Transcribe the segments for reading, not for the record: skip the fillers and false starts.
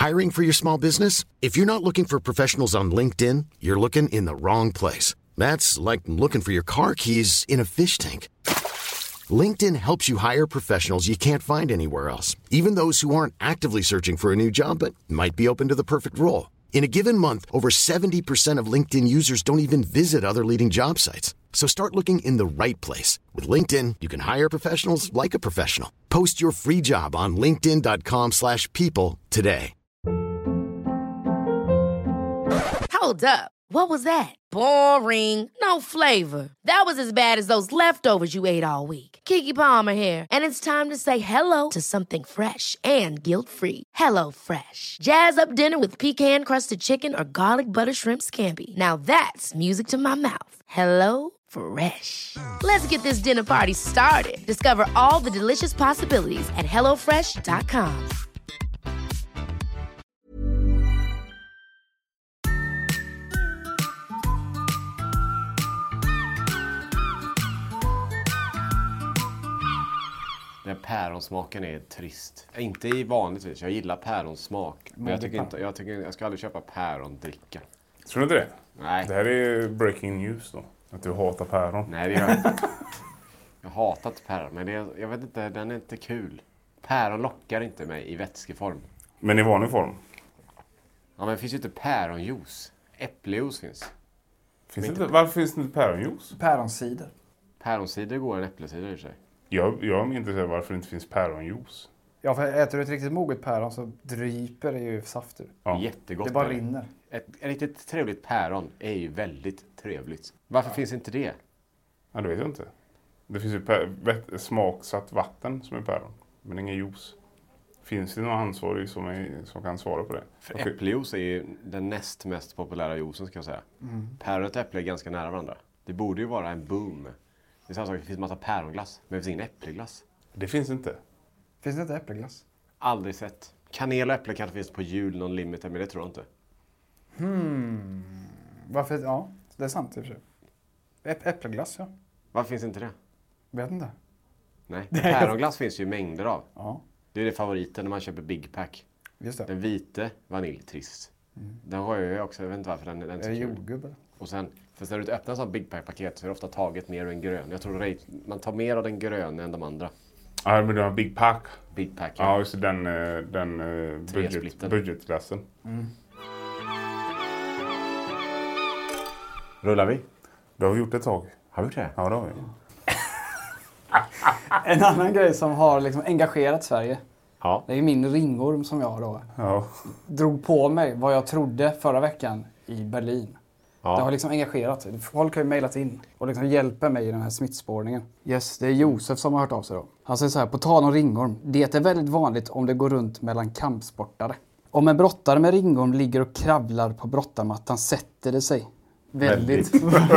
Hiring for your small business? If you're not looking for professionals on LinkedIn, you're looking in the wrong place. That's like looking for your car keys in a fish tank. LinkedIn helps you hire professionals you can't find anywhere else, even those who aren't actively searching for a new job but might be open to the perfect role. In a given month, over 70% of LinkedIn users don't even visit other leading job sites. So start looking in the right place. With LinkedIn, you can hire professionals like a professional. Post your free job on linkedin.com/people today. Hold up. What was that? Boring. No flavor. That was as bad as those leftovers you ate all week. Keke Palmer here, and it's time to say hello to something fresh and guilt-free. Hello Fresh. Jazz up dinner with pecan-crusted chicken or garlic butter shrimp scampi. Now that's music to my mouth. Hello Fresh. Let's get this dinner party started. Discover all the delicious possibilities at hellofresh.com. Den päronsmaken är trist. Inte i vanligtvis. Jag gillar päronsmak. Men jag ska aldrig köpa pärondricka. Tror du inte det? Nej. Det här är breaking news då. Att du hatar päron. Nej, det gör jag inte. Jag har hatat päron, men jag vet inte, den är inte kul. Päron lockar inte mig i vätskeform. Men i vanlig form? Ja, men det finns ju inte päronjuice. Äpplejuice finns. Varför finns det inte päronjuice? Päronsider. Päronsider går en äppelsider i sig. Jag är intresserad varför det inte finns päronjuice. Ja, för äter du ett riktigt moget päron så dryper det ju saft ur. Ja. Jättegott. Det bara rinner. Ett riktigt trevligt päron är ju väldigt trevligt. Varför finns inte det? Ja, det vet jag inte. Det finns ju smaksatt vatten som är päron. Men ingen juice. Finns det någon ansvarig som kan svara på det? För äppeljuice är ju den näst mest populära juicen, ska jag säga. Päron och äpple är ganska nära varandra. Det borde ju vara en boom. Det är samma sak, det finns en massa päronglass. Men det finns ingen äppleglass. Det finns inte. Finns det inte äppleglass? Aldrig sett. Kanel och äpple kanske finns på jul, någon limit, men det tror jag inte. Varför? Ja, det är sant i och för sig. Äppleglass, ja. Varför finns inte det? Vet inte. Nej, päronglass finns ju mängder av. Ja. Det är det favoriten när man köper Big Pack. Just det. Den vite vaniljtrist. Den har jag ju också, jag vet inte varför den är så Är det kul. jordgubbe? Och sen, för när du öppnar en sån Big Pack-paket så är det ofta taget mer ur en grön. Jag tror man tar mer av den gröna än de andra. Ja, men du har Big Pack. Big Pack, Ja, just den budgetklassen. Rullar vi? Det har vi gjort ett tag. Har vi gjort det? Ja, det har vi. En annan grej som har liksom engagerat Sverige. Ja. Det är min ringorm som jag då drog på mig vad jag trodde förra veckan i Berlin. Ja. Det har liksom engagerat. Folk har ju mejlat in och liksom hjälper mig i den här smittspårningen. Yes, det är Josef som har hört av sig då. Han säger så här, på tal om ringorm. Det är väldigt vanligt om det går runt mellan kampsportare. Om en brottare med ringorm ligger och kravlar på brottarmattan sätter det sig. Väldigt.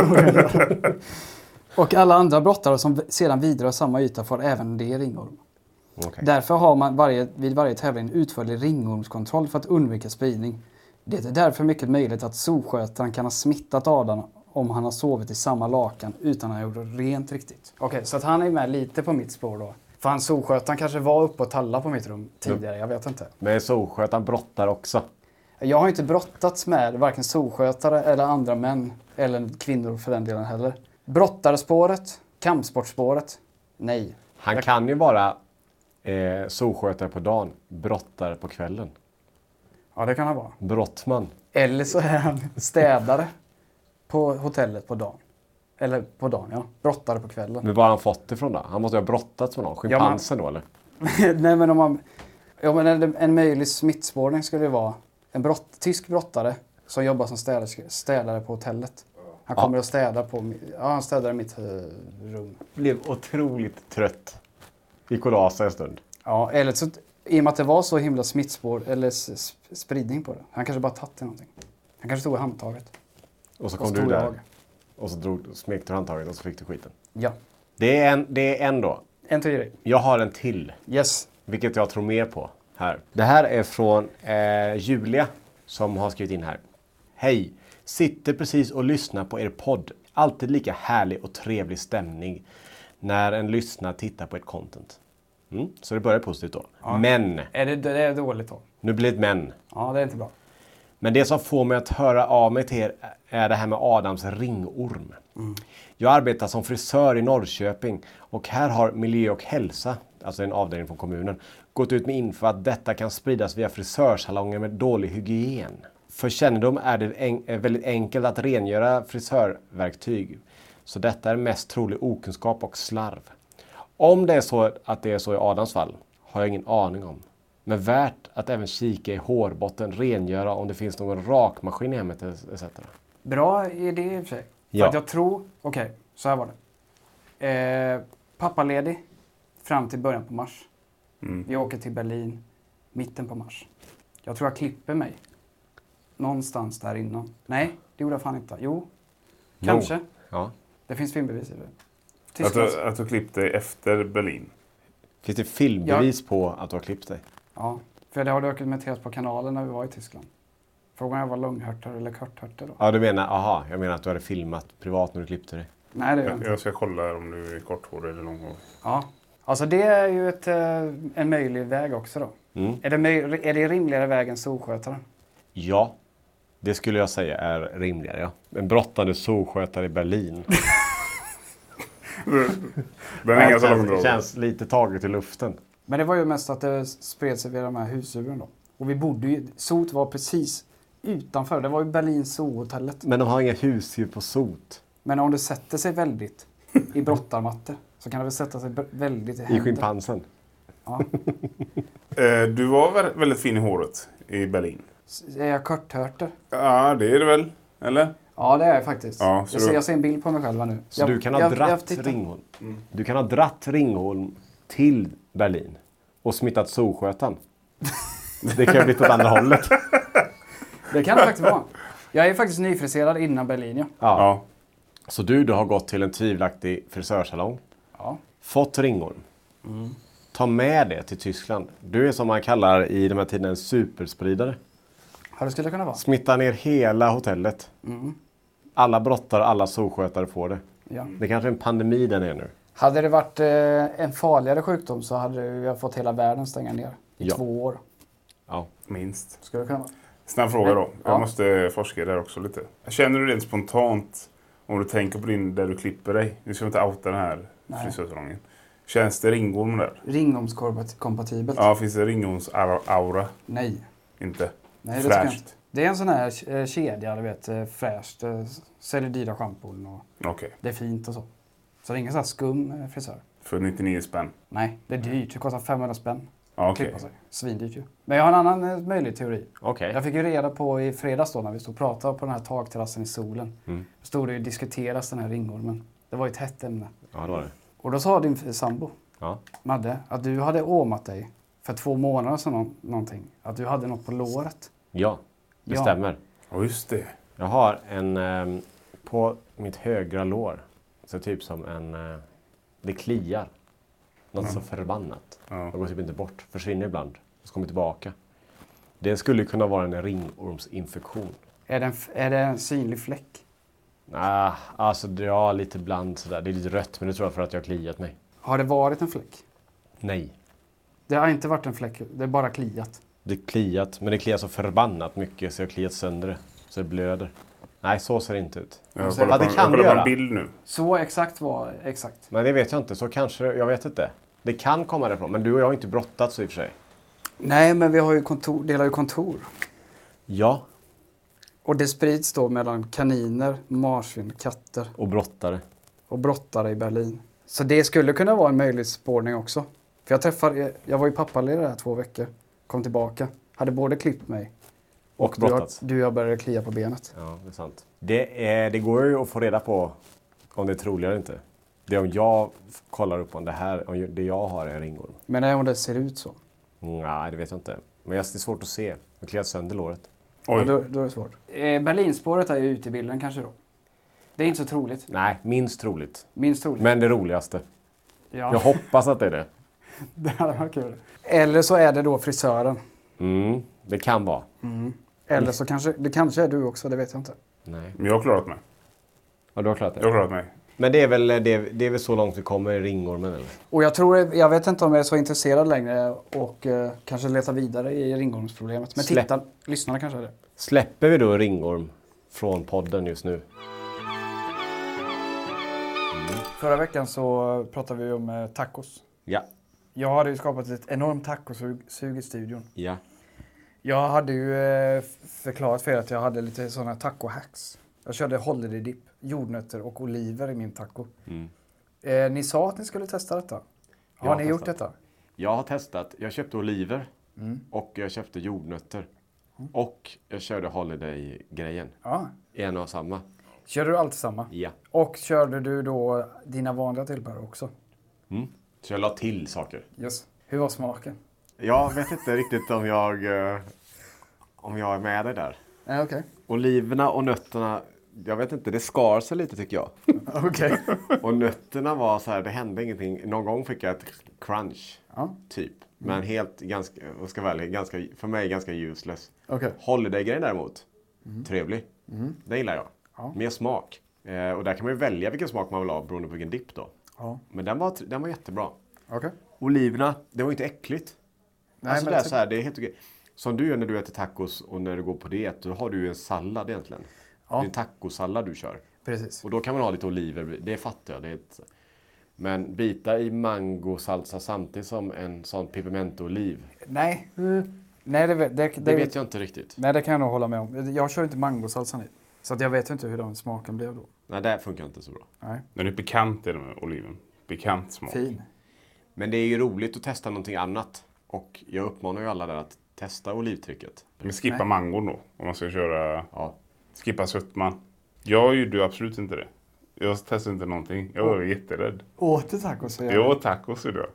Och alla andra brottare som sedan vidare samma yta får även det ringorm. Okay. Därför har man vid varje tävling utförlig ringormskontroll för att undvika spridning. Det är därför mycket möjligt att solskötaren kan ha smittat Adam om han har sovit i samma lakan utan att ha gjort rent riktigt. Okej, så att han är med lite på mitt spår då. För han solskötaren kanske var uppe och tallade på mitt rum tidigare, jag vet inte. Men solskötaren brottar också. Jag har inte brottats med varken solskötare eller andra män, eller kvinnor för den delen heller. Brottarspåret, kampsportspåret, nej. Han kan ju vara solskötare på dagen, brottare på kvällen. Ja, det kan han vara. Brottman. Eller så är han städare på hotellet på dagen. Eller på dagen, ja. Brottare på kvällen. Men var har han fått ifrån då? Han måste ju ha brottats med någon. Schimpansen då, eller? Nej, men om man... Ja, men en möjlig smittspårning skulle det vara en tysk brottare som jobbar som städare på hotellet. Han kommer att städa på... Ja, han städar i mitt rum. Blev otroligt trött. I kolasa en stund. Ja, eller så... I och med att det var så himla smittspår eller spridning på det. Han kanske bara tagit det någonting. Han kanske stod i handtaget. Och så kom du där. Och så smekte du handtaget och så fick du skiten. Ja. Det är en då. En till dig. Jag har en till. Yes. Vilket jag tror mer på här. Det här är från Julia som har skrivit in här. Hej! Sitter precis och lyssnar på er podd. Alltid lika härlig och trevlig stämning när en lyssnar tittar på ett content. Så det börjar positivt då. Ja. Men. Det är dåligt då? Nu blir det ett men. Ja, det är inte bra. Men det som får mig att höra av mig till er är det här med Adams ringorm. Jag arbetar som frisör i Norrköping och här har Miljö och hälsa, alltså en avdelning från kommunen, gått ut med info att detta kan spridas via frisörsalonger med dålig hygien. För kännedom är det väldigt enkelt att rengöra frisörverktyg. Så detta är mest trolig okunskap och slarv. Om det är så att det är så i Adams fall har jag ingen aning om. Men värt att även kika i hårbotten, rengöra om det finns någon rakmaskin i hemmet etc. Bra idé i och för sig. Ja. För att jag tror, okej, så här var det. Pappaledig fram till början på mars. Vi åker till Berlin mitten på mars. Jag tror jag klipper mig någonstans där innan. Nej, det gjorde jag fan inte. Jo, kanske. Ja. Det finns filmbevis i det. Att du klippte dig efter Berlin? Finns det filmbevis på att du har klippt dig? Ja, för det har dokumenterats på kanalen när vi var i Tyskland. Frågan är var långhörtare eller korthörtare då. Ja, du menar, jag menar att du hade filmat privat när du klippte dig. Nej, det gör jag inte. Jag ska kolla om du är korthårig eller långhårig. Ja, alltså det är ju en möjlig väg också då. Är det rimligare väg än solskötaren? Ja, det skulle jag säga är rimligare. Ja. En brottande solskötare i Berlin. Den är ganska långdragen. Det känns lite taget i luften. Men det var ju mest att det spred sig via de här husdjuren då. Och vi bodde ju, Sot var precis utanför. Det var ju Berlins zoohotellet. Men de har inga husdjur på Sot. Men om det sätter sig väldigt i brottarmattor så kan det väl sätta sig väldigt i händer. I schimpansen. Ja. Du var väldigt fin i håret i Berlin. Är jag korthörter? Ja, det är det väl? Eller? Ja, det är jag faktiskt. Ja, jag ser en bild på mig själv nu. Så du kan ha dratt Ringholm. Du kan ha dratt Ringholm till Berlin och smittat solskötan. Det kan ju bli åt andra hållet. Det kan det faktiskt vara. Jag är faktiskt nyfriserad innan Berlin, ja. Så du har gått till en tvivelaktig frisörsalong. Ja. Fått Ringholm. Ta med det till Tyskland. Du är som man kallar i de här tiderna en superspridare. Ja, det skulle kunna vara. Smitta ner hela hotellet. Alla brottare, alla solskötare får det. Ja. Det är kanske är en pandemi den är nu. Hade det varit en farligare sjukdom så hade vi fått hela världen stänga ner i 2 år. Ja. Minst. Skulle det kunna vara. Snabb fråga då. Jag måste forska där också lite. Känner du rent spontant om du tänker på där du klipper dig? Du ska inte outa den här frisörsalongen. Känns det Ringholm där? Ringholmskompatibelt? Ja, finns det Ringholms aura? Nej. Inte? Nej, det fräscht? Det är en sån här kedja, du vet, fräscht. Säljer dyra schampon och det är fint och så. Så det är ingen sån här skum frisör. För 99 spänn? Nej, det är dyrt. Det kostar 500 spänn. Okej. Svindyrt ju. Men jag har en annan möjlig teori. Okay. Jag fick ju reda på i fredags då när vi stod och pratade på den här takterrassen i solen. Då stod det ju diskuteras den här ringormen. Det var ju ett hett ämne. Ja, det var det. Och då sa din sambo, Madde, att du hade åmat dig för 2 månader sedan någonting. Att du hade något på låret. Ja, det stämmer. Ja, just det. Jag har en på mitt högra lår. Så typ som det kliar. Något så förbannat. Det går typ inte bort. Försvinner ibland. Och så kommer tillbaka. Det skulle kunna vara en ringormsinfektion. Är det en synlig fläck? Nej, alltså lite bland sådär. Det är lite rött, men det tror jag för att jag har kliat mig. Har det varit en fläck? Nej. Det har inte varit en fläck, det är bara kliat. Det är kliat, men det kliar så förbannat mycket så jag har kliat sönder det. Så det blöder. Nej, så ser det inte ut. Jag kollar på en bild nu. Så exakt var exakt. Men det vet jag inte, så kanske, jag vet inte. Det kan komma därifrån, men du och jag har inte brottat så i och för sig. Nej, men vi har ju delar ju kontor. Ja. Och det sprids då mellan kaniner, marsvin, katter. Och brottare. Och brottare i Berlin. Så det skulle kunna vara en möjlig spårning också. För jag var ju pappaledig där 2 veckor. Kom tillbaka. Hade både klippt mig. Och brottats. Du och jag började klia på benet. Ja, det är sant. Det går ju att få reda på om det är troligt eller inte. Det är om jag kollar upp om det jag har är en ringorm. Men det är om det ser ut så? Nej, det vet jag inte. Men det är svårt att se. Jag kliar sönder låret. Ja, då är det svårt. Berlinspåret är ju ute i bilden kanske då. Det är inte så troligt. Nej, minst troligt. Minst troligt. Men det roligaste. Ja. Jag hoppas att det är det. Det hade varit kul. Eller så är det då frisören. Det kan vara. Eller så kanske är du också, det vet jag inte. Nej. Men jag har klarat mig. Ja, du har klarat det? Jag har klarat mig. Men det är väl så långt vi kommer i ringormen eller? Och jag vet inte om jag är så intresserad längre och kanske letar vidare i ringormsproblemet. Men lyssnarna kanske är det. Släpper vi då ringorm från podden just nu? Förra veckan så pratade vi om tacos. Ja. Jag hade ju skapat ett enormt tacosug i studion. Ja. Jag hade ju förklarat för er att jag hade lite sådana taco-hacks. Jag körde holiday dip, jordnötter och oliver i min taco. Ni sa att ni skulle testa detta. Har ni gjort detta? Jag har testat. Jag köpte oliver och jag köpte jordnötter. Och jag körde holiday-grejen. Ja. En och samma. Körde du alltid samma? Ja. Och körde du då dina vanliga tillbehör också? Så jag la till saker. Yes. Hur var smaken? Jag vet inte riktigt om jag är med dig där. Okej. Oliverna och nötterna, jag vet inte, det skar sig lite tycker jag. Okej. Och nötterna var så här, det hände ingenting. Någon gång fick jag ett crunch, typ. Men helt, för mig ganska useless. Okej. Holiday-grejen däremot, trevlig. Det gillar jag. Ja. Mer smak. Och där kan man ju välja vilken smak man vill ha beroende på vilken dipp då. Ja. Men den var jättebra. Okej. Oliverna, det var inte äckligt. Nej, alltså men det är helt okej. Som du gör när du äter tacos och när du går på diet, då har du ju en sallad egentligen. Ja. Det är en tacosallad du kör. Precis. Och då kan man ha lite oliver, det fattar jag. Men bita i mangosalsa samtidigt som en sån peppermint-oliv. Nej. Nej, det vet jag inte riktigt. Nej, det kan jag nog hålla med om. Jag kör inte mangosalsan i. Så att jag vet inte hur den smaken blev då. Nej, det funkar inte så bra. Nej. Den är pikant i den med oliven. Pikant smak. Fin. Men det är ju roligt att testa någonting annat. Och jag uppmanar ju alla där att testa olivtrycket. Men skippa mangon då. Om man ska köra... Ja. Skippa sötman. Jag gjorde ju absolut inte det. Jag testade inte någonting. Jag var jätterädd. Åt du tacos? Jag åt tacos idag.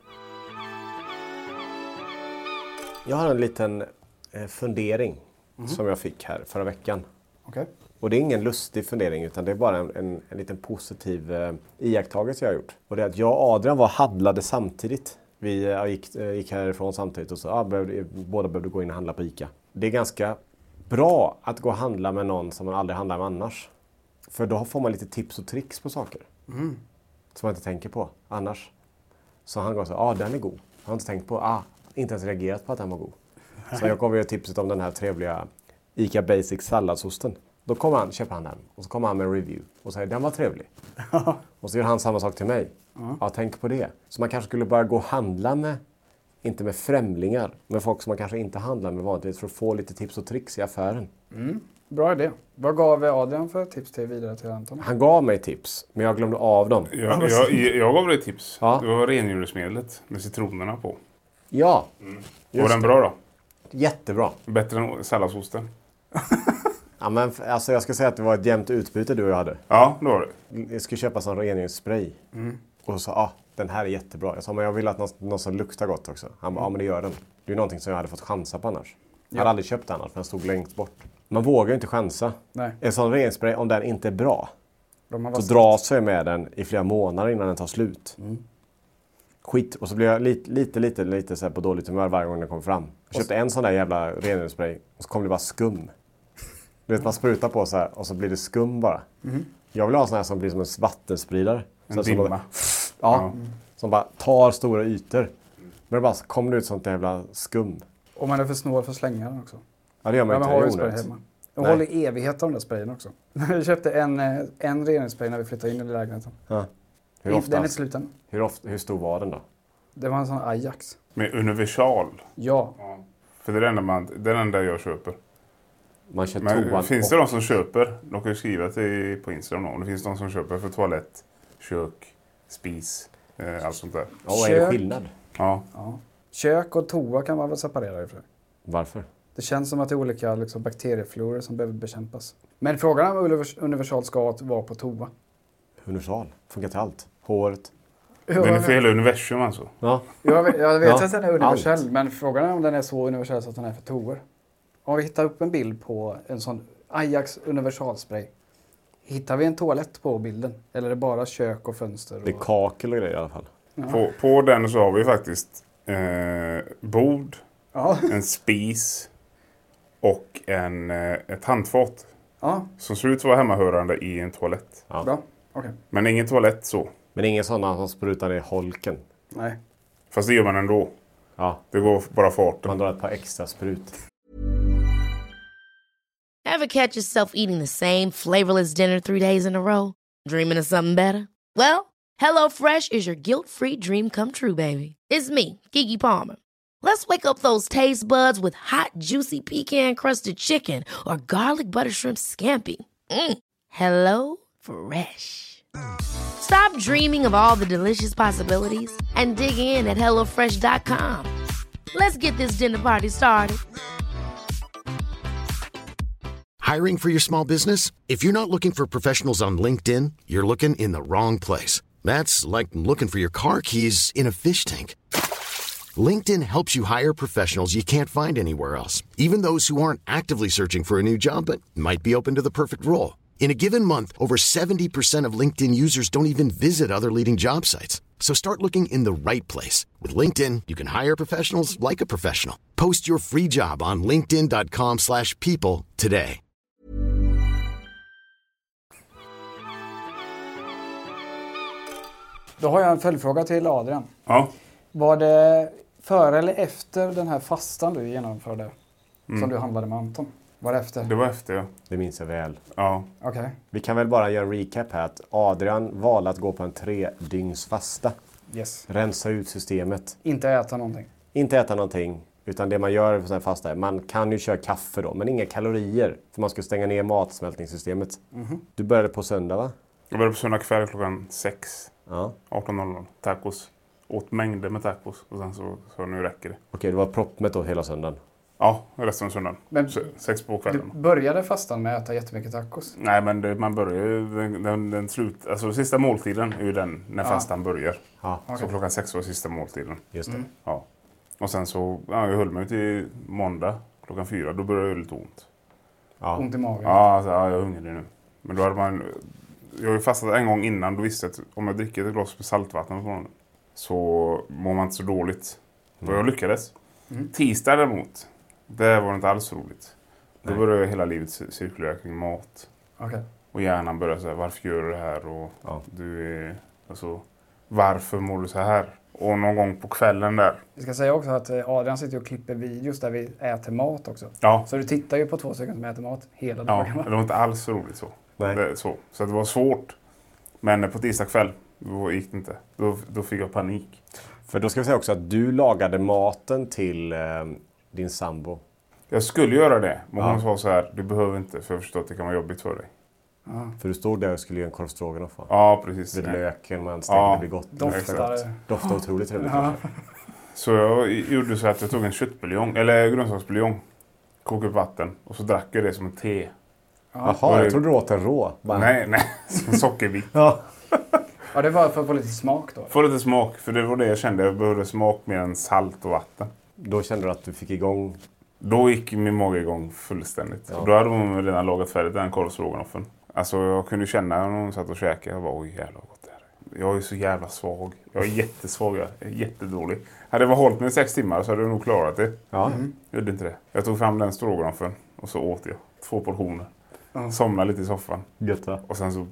Jag har en liten fundering som jag fick här förra veckan. Okej. Och det är ingen lustig fundering utan det är bara en liten positiv iakttagelse jag har gjort. Och det är att jag och Adrian handlade samtidigt. Vi gick härifrån samtidigt och så båda behövde gå in och handla på ICA. Det är ganska bra att gå och handla med någon som man aldrig handlar med annars. För då får man lite tips och tricks på saker. Som man inte tänker på annars. Så han går så den är god. Jag har inte tänkt på, inte ens reagerat på att den var god. Så jag kommer ju tipset om den här trevliga ICA Basic salladsosten. Då köper han den och så kommer han med en review och säger den var trevlig. Och så gör han samma sak till mig. Ja, tänk på det. Så man kanske skulle börja gå och handla med, inte med främlingar, med folk som man kanske inte handlar med vanligtvis för att få lite tips och tricks i affären. Bra idé. Vad gav Adrian för tips vidare till Anton? Han gav mig tips, men jag glömde av dem. Jag gav dig tips. Ja. Det var rengöringsmedlet med citronerna på. Ja. Var den bra då? Jättebra. Bättre än salladsosten? Ja, men alltså jag ska säga att det var ett jämnt utbyte du och jag hade. Ja, det var det. Jag skulle köpa sån rengöringsspray. Och så sa den här är jättebra. Jag sa, men jag vill att någon som luktar gott också. Han bara, men det gör den. Det är någonting som jag hade fått chansa på annars. Jag hade aldrig köpt annars, för den stod längst bort. Man vågar ju inte chansa. Nej. En sån rengöringsspray, om den inte är bra, så dras jag med den i flera månader innan den tar slut. Skit. Och så blir jag lite så här på dåligt humör varje gång den kommer fram. Jag köpte en sån där jävla rengöringsspray och så kom det bara skum. Du vet, man sprutar på så här och så blir det skum bara. Jag vill ha en sån här som blir som en vattenspridare. En dimma. Som bara tar stora ytor. Men det bara kommer det ut sånt jävla skum. Och man är för snål för att slänga den också. Ja, det gör man inte. Har ju spray hemma. Jag håller i evigheter de där sprayen också. Jag köpte en rengöringsspray när vi flyttade in i lägenheten. Ja. Den är sluten. Hur stor var den då? Det var en sån Ajax. Med universal? Ja. För det är den enda jag köper. Man kör men finns det de som köper? De kan ju skriva till på Instagram om det finns de som köper för toalett, kök, spis, allt sånt där. Ja, vad är det skillnad? Ja. Kök och toa kan man väl separera ifrån. Varför? Det känns som att det är olika bakterieflorer som behöver bekämpas. Men frågan är om universal ska vara på toa. Universal? Funkar till allt. Håret. Den är för hela universum alltså. Ja. Jag vet att den är universell, men frågan är om den är så universell så att den är för toor. Om vi hittar upp en bild på en sån Ajax universalspray. Hittar vi en toalett på bilden? Eller är det bara kök och fönster? Det är kakel och grejer i alla fall. Ja. På den så har vi faktiskt bord, en spis och ett handfat. Ja. Som ser ut att vara hemmahörande i en toalett. Ja. Bra. Okej. Men ingen toalett så. Men ingen sådana som sprutar i holken. Nej. Fast det gör man ändå. Ja, Det går bara farten. man drar ett par extra sprut. Ever catch yourself eating the same flavorless dinner 3 days in a row? Dreaming of something better? Well, HelloFresh is your guilt-free dream come true, baby. It's me, Keke Palmer. Let's wake up those taste buds with hot, juicy pecan-crusted chicken or garlic butter shrimp scampi. Hello Fresh. Stop dreaming of all the delicious possibilities and dig in at HelloFresh.com. Let's get this dinner party started. Hiring for your small business? If you're not looking for professionals on LinkedIn, you're looking in the wrong place. That's like looking for your car keys in a fish tank. LinkedIn helps you hire professionals you can't find anywhere else, even those who aren't actively searching for a new job but might be open to the perfect role. In a given month, over 70% of LinkedIn users don't even visit other leading job sites. So start looking in the right place. With LinkedIn, you can hire professionals like a professional. Post your free job on linkedin.com/people today. Då har jag en följdfråga till Adrian. Ja. Var det före eller efter den här fastan du genomförde? Som du handlade med Anton? Var det efter? Det var efter, ja. Det minns jag väl. Ja. Okej. Vi kan väl bara göra en recap här. Att Adrian valde att gå på en 3 dygns fasta. Yes. Rensa ut systemet. Inte äta någonting. Inte äta någonting. Utan det man gör på sån här fasta är, man kan ju köra kaffe då, men inga kalorier. För man ska stänga ner matsmältningssystemet. Du började på söndag, va? Jag började på söndag kväll klockan 6. Ja. 18.00. Tacos. Åt mängder med tacos. Och sen så nu räcker det. Okej, det var proppmätt då hela söndagen. Ja, resten av söndagen. Men 6 på du kvällen. började fastan med att äta jättemycket tacos? Nej, men man börjar ju den slut... Alltså sista måltiden är ju den när fastan börjar. Ja, Så klockan 6 var sista måltiden. just det. Ja. Och sen så... Ja, jag höll mig till måndag klockan 4. Då började det lite ont. Ja. Ont i magen? Ja, alltså, jag är hungrig nu. Men då hade man... Jag har ju fastat en gång innan. Då visste jag att om jag dricker ett glas med saltvatten på morgonen så mår man inte så dåligt. Och jag lyckades. Tisdag däremot, det var inte alls roligt. Då började hela livet cirkulera kring mat. Okej. Och hjärnan började säga, varför gör du det här? Och Ja. du är... Alltså, varför mår du så här? Och någon gång på kvällen där. Vi ska säga också att Adrian sitter och klipper videos där vi äter mat också. Ja, Så du tittar ju på 2 stycken som äter mat hela ja, dagarna. det var inte alls så roligt så. Nej. Så det var svårt. Men på tisdag kväll, då gick det inte. Då fick jag panik. För då ska vi säga också att du lagade maten till din sambo. Jag skulle göra det. Men hon sa så här, du behöver inte för jag förstår att det kan vara jobbigt för dig. För du stod där och skulle göra en korvstroganoff, va? Ja, precis. Vid Nej. löken, man stänkte, det blir gott. Doftar. Doftar otroligt trevligt. Ja. Så jag gjorde så att jag tog en köttbuljong, eller grönsaksbuljong. Kokade upp vatten och så drack jag det som en te. Jaha, jag trodde du åt den rå. Bara... Nej, som sockerbit. Ja. Ja, det var för att få lite smak då. Få lite smak, för det var det jag kände. Jag behövde smak mer än salt och vatten. Då kände du att du fick igång... Då gick min mage igång fullständigt. Ja. Och då hade hon redan lagat färdigt den korvstroganoffen. Alltså jag kunde känna när hon satt och käkade. Jag bara, oj jävla gott det här. Jag är så jävla svag. Jag är jättesvag, jag är jättedålig. Hade jag hållit mig i 6 timmar så hade jag nog klarat det. Ja. Jag gjorde inte det. Jag tog fram den stroganoffen och så åt jag 2 portioner. Somnade lite i soffan. Gött, va? Och sen så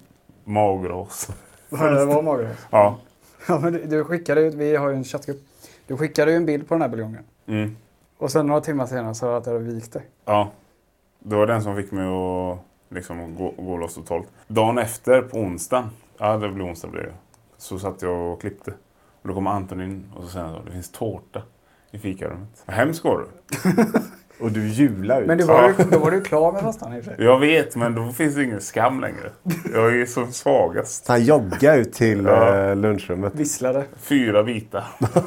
magras. Det var magen. Ja. Ja, men du skickade ju, vi har ju en chattgrupp. Du skickade ju en bild på den här buljongen. Mm. Och sen några timmar senare så hade det vikt dig. Ja. Det var den som fick mig att liksom gå loss totalt. Dagen efter på onsdagen. Ja, det blev onsdag blev det. Så satt jag och klippte. Och då kom Anton in och så sa han, det finns tårta i fikarummet. Hemskt var det. Och du jular ut. Men då var du klar med fastan i och för sig. Jag vet, men då finns det ingen skam längre. Jag är så svagast. Han joggar ut till lunchrummet. Visslade. 4 vita.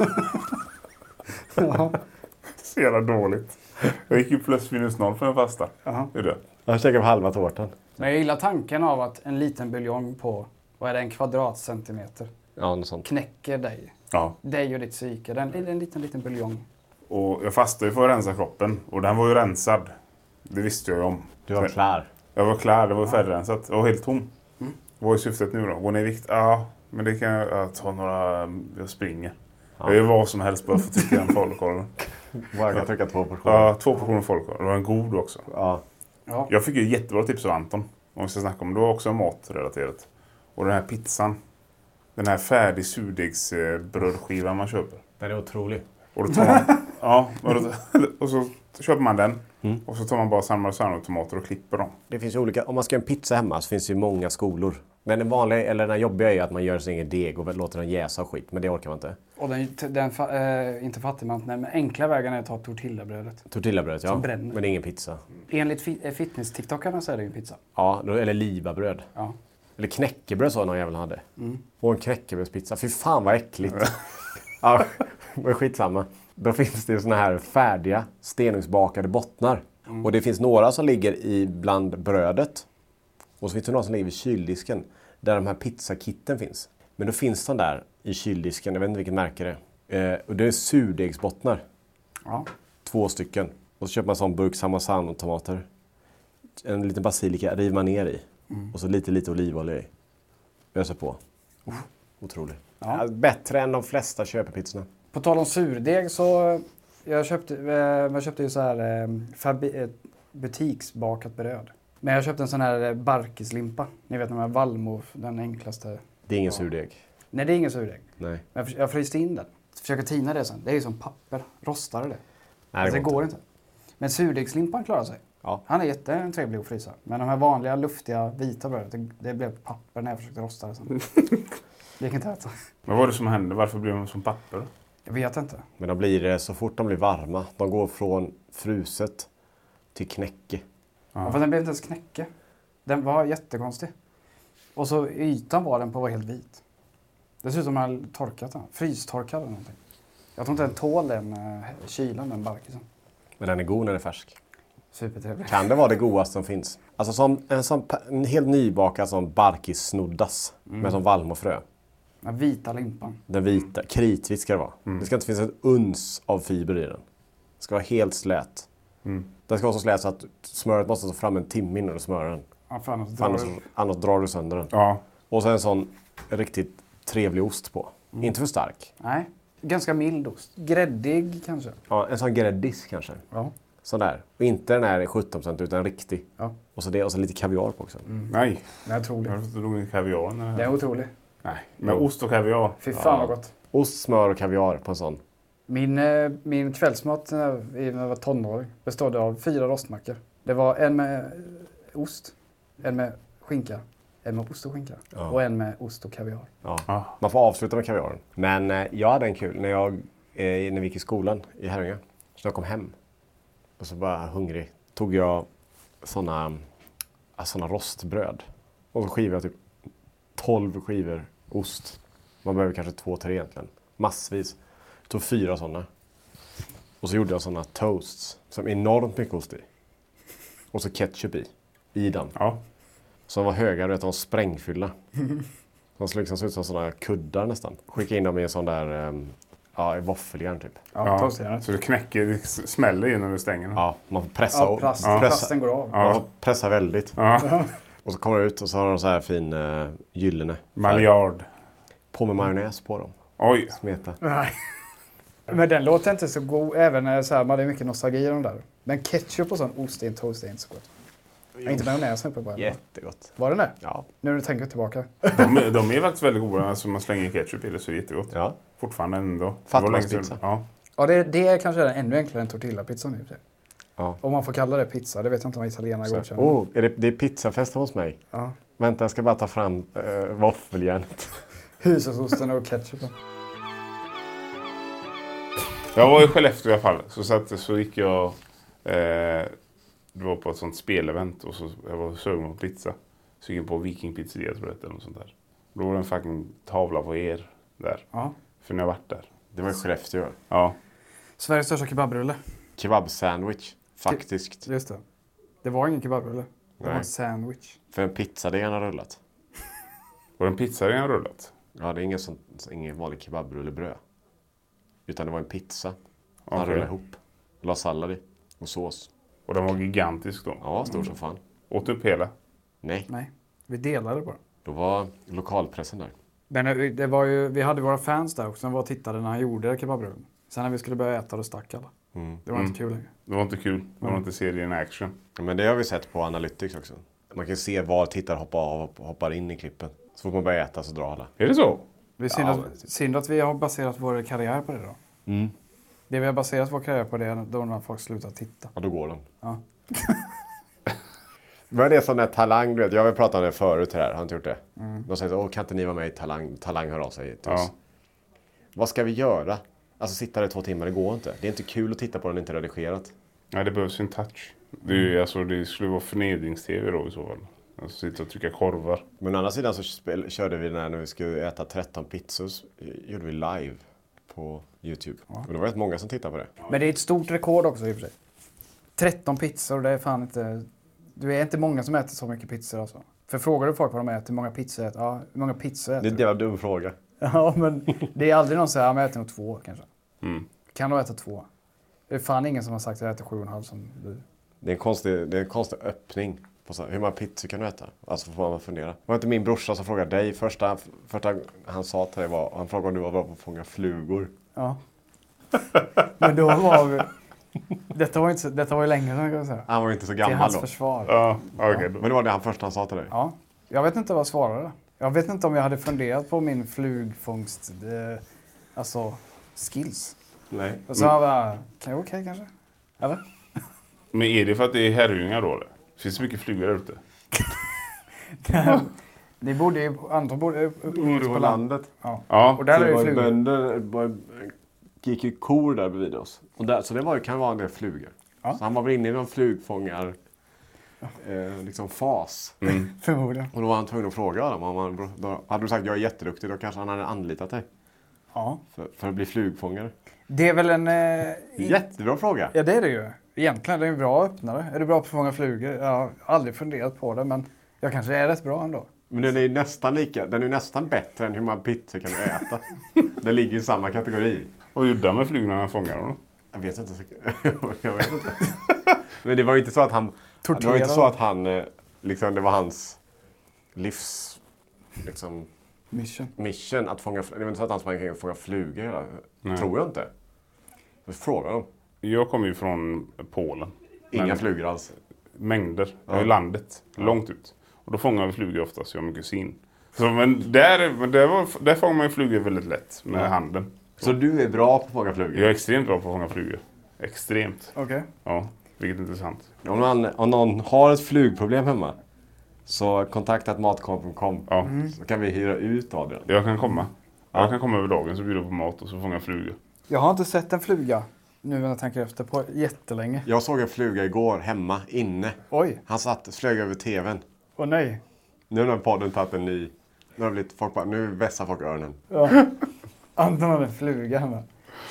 Ja. Så jävla dåligt. Jag gick ju plus minus 0 för en fasta. Jaha. Det är det. Han käkar på halva tårtan. Men jag gillar tanken av att en liten buljong på, vad är det, 1 kvadratcentimeter Ja, något sånt. knäcker dig. Ja. Dig och ditt psyke. Det är en liten buljong. Och jag fastade ju för att rensa kroppen. Och den var ju rensad. Det visste jag ju om. Du var klar. Jag var klar, det var färdigrensat. Jag var helt tom. Vad är syftet nu då? Gå ner i vikt? Ja, men det kan jag ta några... Jag springer. Jag gör vad som helst bara för att trycka den falukorven. Bara kan trycka 2 portioner. Ja, 2 portioner falukorv. Det var en god också. Ja. Ja. Jag fick ju jättebra tips av Anton. Om vi ska snacka om det var också matrelaterat. Och den här pizzan. Den här färdig surdegsbrödskivan man köper. Den är otrolig. Och då tar man, och så köper man den. Och så tar man bara samma tomater och klipper dem. Det finns ju olika, om man ska göra en pizza hemma så finns det ju många skolor. Men den vanliga, eller den jobbiga är ju att man gör sin egen deg och låter den jäsa och skit. Men det orkar man inte. Och inte fattigman, men enkla vägen är att ta tortillabrödet. Tortillabröd, ja. Som bränner. Men det är ingen pizza. Enligt fitness-tiktokarna så är det ju en pizza. Ja, eller livabröd. Ja. Eller knäckebröd så någon jävel hade. Och en knäckebrödspizza. Fy fan vad äckligt. Ja, men skitsamma. Då finns det ju såna här färdiga stenugnsbakade bottnar. Och det finns några som ligger i bland brödet. Och så finns det några som ligger vid kyldisken. Där de här pizzakitten finns. Men då finns de där i kyldisken. Jag vet inte vilket märke det är. Och det är surdegsbottnar. Ja. 2 stycken. Och så köper man en sån burk parmesan och tomater. En liten basilika river man ner i. Och så lite olivolja i. Öser på. Otroligt. Ja. Bättre än de flesta köpepizzorna. På tal om surdeg så jag köpte ju så här butiksbakat bröd. Men jag köpte en sån här barkislimpa. Ni vet den här Valmo, den enklaste. Det är ingen surdeg. Nej, det är ingen surdeg. Nej. Men jag fryste in den. Försöker tina det sen. Det är ju som papper. Rostar det. Nej, Alltså, det går inte. Men surdegslimpan klarar sig. Ja. Han är jättetrevlig att frysa. Men de här vanliga luftiga vita brödet, det blev papper när jag försökte rosta det sen. Det gick inte att äta. Men vad var det som hände? Varför blev de som papper? Jag vet inte. Men de blir det så fort de blir varma. De går från fruset till knäcke. Ja, för den blev inte ens knäcke. Den var jättekonstig. Och så ytan var den på var helt vit. Dessutom har jag torkat den. Frystorkad eller någonting. Jag tror inte den tål den kylan, den barkisen. Men den är god när den är färsk. Supertrevlig. Kan det vara det godaste som finns? Alltså som en helt nybakad som barkissnoddas. Med som valmofrö. Den vita limpan. Den vita, kritvit ska det vara. Det ska inte finnas ett uns av fiber i den. Det ska vara helt slät. Den ska vara så slät så att smöret måste stå fram en timme innan du smörer den. Ja, för Annars drar du sönder den. Ja. Och sen en sån riktigt trevlig ost på. Inte för stark. Nej, ganska mild ost. Gräddig kanske. Ja, en sån gräddis kanske. Ja. Sån där. Och inte den här 17% utan en riktig. Ja. Och så lite kaviar på också. Nej. Den är otrolig. Jag drog in kaviar. Den är otrolig. Nej. Men ost och kaviar. Fy fan vad gott. Ost, smör och kaviar på en sån. Min kvällsmat när jag var tonåring bestod av 4 rostmackor. Det var en med ost, en med skinka, en med ost och skinka och en med ost och kaviar. Ja. Man får avsluta med kaviaren. Men jag hade en kul när vi gick i skolan i Herrljunga. Så jag kom hem och så bara hungrig. Tog jag såna rostbröd. Och så skivade jag typ 12 skivor ost. Man behöver kanske 2-3 egentligen. Massvis. Jag tog 4 sådana. Och så gjorde jag sådana toasts. Som enormt mycket ost i. Och så ketchup i den. Ja. Som var höga, de var sprängfyllda. De såg liksom ut som sådana kuddar nästan. Skicka in dem i en sån där i våffeljärn typ. Ja, toastjärnet. Så det knäcker, det smäller in när du stänger den. Ja, man får pressa. Ja, plasten går av. Man får pressa väldigt. Ja. Och så kommer det ut och så har de så här fin gyllene. Maillard. På med majonnäs på dem. Oj. Smeta. Nej. Men den låter inte så god, även när så här, man hade mycket nostalgi i de där. Men ketchup och sån ost i en toast är inte så gott. Inte majonnäs uppe på. Jättegott. Var den det? Ja. Nu när du tänker tillbaka. De är faktiskt väldigt goda. Alltså man slänger ketchup i det så är det jättegott. Ja. Fortfarande ändå. Fattigmanspizza. Ja. Ja, det är kanske ännu enklare än tortillapizzan nu. Ja. Om man får kalla det pizza, det vet jag inte om italienare godkänner. Det är pizzafest hos mig. Ja. Vänta, jag ska bara ta fram våffeljärnet. Hushållsosten och ketchupen. Jag var i Skellefteå i alla fall. Så gick jag... det var på ett sånt spelevent och så jag var sugen på pizza. Så gick jag på Viking pizzeria tror jag eller något sånt där. Då var det en fucking tavla på er där. Ja. För när jag varit där. Det var i Skellefteå. Ja. Sveriges största kebabrulle. Kebabsandwich, faktiskt. Just det. Det var ingen kebabrulle. Det var Nej. en sandwich. För en pizza, det har rullat. Var det en pizza i en rullat? Ja, det är ingen vanlig kebabrullebröd. Utan det var en pizza. Man Okej. rullade ihop. La sallad i. Och sås. Och den var gigantisk då. Ja, stor som fan. Åt upp hela. Nej, Nej, vi delade bara. då var lokalpressen där. Men det var ju, vi hade våra fans där också som var och tittade när han gjorde kebabrullen. Sen när vi skulle börja äta då stack alla. Det var inte kul längre. Det var inte kul. Det var inte serien action. Men det har vi sett på Analytics också. Man kan se var tittare hoppar av och hoppar in i klippen. Så får man börja äta så drar alla. Är det så? Det är synd att vi har baserat vår karriär på det då. Det vi har baserat vår karriär på det är då när folk slutar titta. Ja, då går de. Ja. Vad är det sån där Talang, du vet? Jag har pratat om det förut här, har jag inte gjort det? De säger så, kan inte ni vara med i Talang? Talang hör av sig till oss. Vad ska vi göra? Alltså sitta där 2 timmar, det går inte. Det är inte kul att titta på den inte redigerat. Nej, det behövs en touch. Det, är ju, alltså, det skulle vara förnedrings-tv då i så fall. Alltså sitta och trycka korvar. Men å andra sidan så körde vi när vi skulle äta 13 pizzor, gjorde vi live på YouTube. Och det var rätt många som tittade på det. Men det är ett stort rekord också i och för sig. 13 pizzor, det är fan inte... Du är inte många som äter så mycket pizzor alltså. För frågar du folk vad de äter, hur många pizzor äter? Ja, hur många pizzor äter du? Det var en dum fråga. Ja, men det är aldrig någon som säger, jag äter nog 2 kanske. Kan du äta 2? Det är fan ingen som har sagt att jag äter 7,5 som du. Det är en konstig öppning. På så, hur många pizzor kan du äta? Alltså får man fundera. Det var inte min brorsa som frågade dig. Första han sa till dig var, han frågade om du var bra på att fånga flugor. Ja. Men då var vi... Detta var ju länge sedan kan jag säga. Han var ju inte så Till gammal hans då. försvar. Ja, okej. Men det var det han första han sa till dig. Ja. Jag vet inte vad jag svarade. Jag vet inte om jag hade funderat på min flugfångst... alltså, skills. Nej. Och så har jag bara, okej kanske? Eller? Men är det för att det är herrljungar då eller? Finns det mycket flugor där ute? Det borde ju... Andra borde... På landet. Ja. Ja. Och där Så är det det var ju flugor. bönder, gick ju kor där bredvid oss. Och där, så det kan vara en del flugor. Ja. Så han var väl inne i någon flugfångar liksom fas. Förmodligen. Och då var han tvungen att fråga dem. Då hade du sagt jag är jätteduktig, då kanske han hade anlitat dig. Ja. För att bli flugfångare. Det är väl en... Jättebra fråga. Ja, det är det ju. Egentligen det är en bra öppnare. Är du bra på att fånga flugor? Jag har aldrig funderat på det, men jag kanske är rätt bra ändå. Men den är nästan bättre än hur många pizzor kan du äta. Den ligger i samma kategori. Vad gjorde han med flugorna när han fångade dem? Jag vet inte. Jag vet inte. Men det var ju inte så att han... Torterade. Det var inte så att han... Liksom, det var hans livs... Liksom, mission att fånga... Det var inte så att han sprang omkring och fånga flugor hela... Tror jag inte. Jag frågar dem. Jag kommer ju från Polen. Inga flugor alls. Mängder. Jag är i landet. Långt ut. Och då fångar vi flugor oftast, jag och min kusin. Så, men där fångar man ju flugor väldigt lätt med handen. Så du är bra på att fånga flugor? Jag är extremt bra på att fånga flugor. Extremt. Okej. Ja, vilket är intressant. Om någon har ett flugproblem hemma så kontakta matkom.com så kan vi hyra ut Adrian. Jag kan komma. Jag kan komma över dagen så bjuder på mat och så fånga flugor. Jag har inte sett en fluga nu när jag tänker efter på jättelänge. Jag såg en fluga igår hemma, inne. Oj. Han flög över tvn. Åh nej. Nu har podden tagit en ny... Nu vässar folk öronen. Ja. Anton hade en fluga hemma.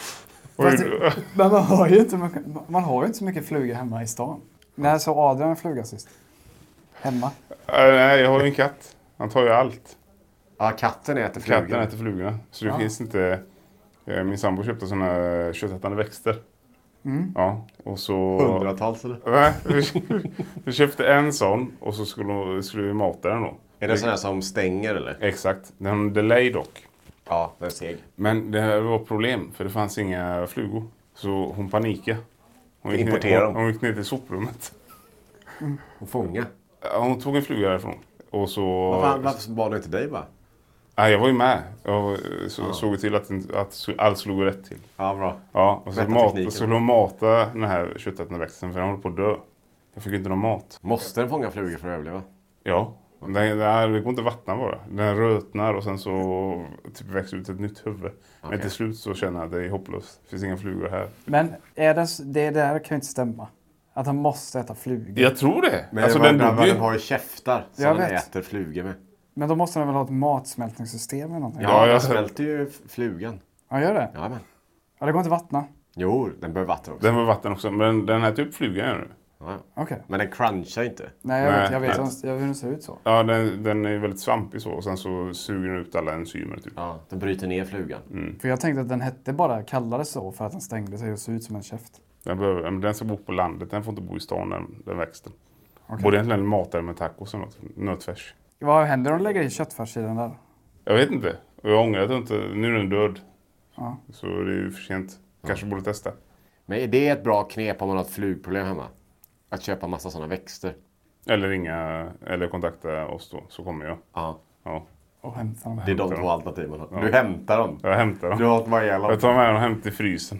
Men man har ju inte så mycket flugor hemma i stan. När så Adrian en fluga sist? Hemma? Nej, jag har ju en katt. Han tar ju allt. Ja, katten äter flugor. Katten äter flugorna. Så det finns inte... Min sambo köpte såna köttätande växter. Ja, och så... 100-tals eller? Nej, vi köpte en sån och så skulle vi mata den då. Är det sån här som stänger eller? Exakt. Den har en delay dock. Ja, den är seg. Men det var problem för det fanns inga flugor. Så hon panikade. Hon gick ner till soprummet. Och fånga? Ja, hon tog en fluga därifrån. Och så... Varför bad du inte dig bara? Nej, jag var ju med. Jag såg till att allt skulle gå rätt till. Ja, bra. Ja, och så skulle hon mata den här köttätande växten för den håller på att dö. Jag fick inte någon mat. Måste den fånga flugor för att överleva? Ja. Det går inte vattna bara. Den rötnar och sen så typ växer ut ett nytt huvud. Okay. Men till slut så känner jag att det är hopplöst. Det finns inga flugor här. Men det där kan ju inte stämma. Att han måste äta flugor. Jag tror det. Men alltså, den har ju käftar som den äter flugor med. Men då måste den väl ha ett matsmältningssystem eller någonting? Ja, jag smälter ju flugan. Ja, gör det? Ja, men. Ja, det går inte vattna. Jo, den behöver vatten också. Den behöver vatten också, men den här typ flugan gör nu. Ja. Okay. Men den crunchar inte. Nej, jag vet hur den ser ut så. Ja, den är väldigt svampig så och sen så suger den ut alla enzymer typ. Ja, den bryter ner flugan. För jag tänkte att den kallades så för att den stängde sig och såg ut som en käft. Den ska bo på landet, den får inte bo i stan den växten. Okay. Borde egentligen mata den med tacos eller något, nötfärs. Vad händer om du lägger i köttfärs i den där? Jag vet inte. Jag ångrar att inte. Nu är den död. Ja. Så det är ju för sent. Kanske borde testa. Men är det ett bra knep om man har ett flugproblem hemma? Att köpa massa sådana växter? Eller ringa, eller kontakta oss då, så kommer jag. Ja. Och hämta dem. Det är de två alternativen man har. Du hämtar dem. Jag hämtar dem. Du har vad gäller. Jag tar med dem hem till frysen.